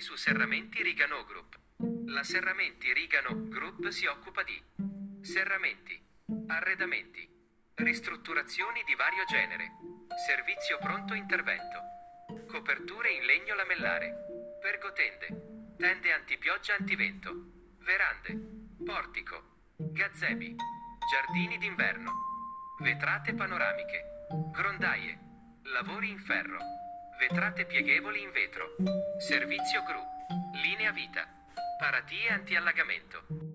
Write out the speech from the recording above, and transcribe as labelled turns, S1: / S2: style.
S1: su Serramenti Rigano Group. La Serramenti Rigano Group si occupa di serramenti, arredamenti, ristrutturazioni di vario genere, servizio pronto intervento, coperture in legno lamellare, pergotende, tende antipioggia antivento, verande, portico, gazebi, giardini d'inverno, vetrate panoramiche, grondaie, lavori in ferro, vetrate pieghevoli in vetro, servizio gru, linea vita, paratie antiallagamento.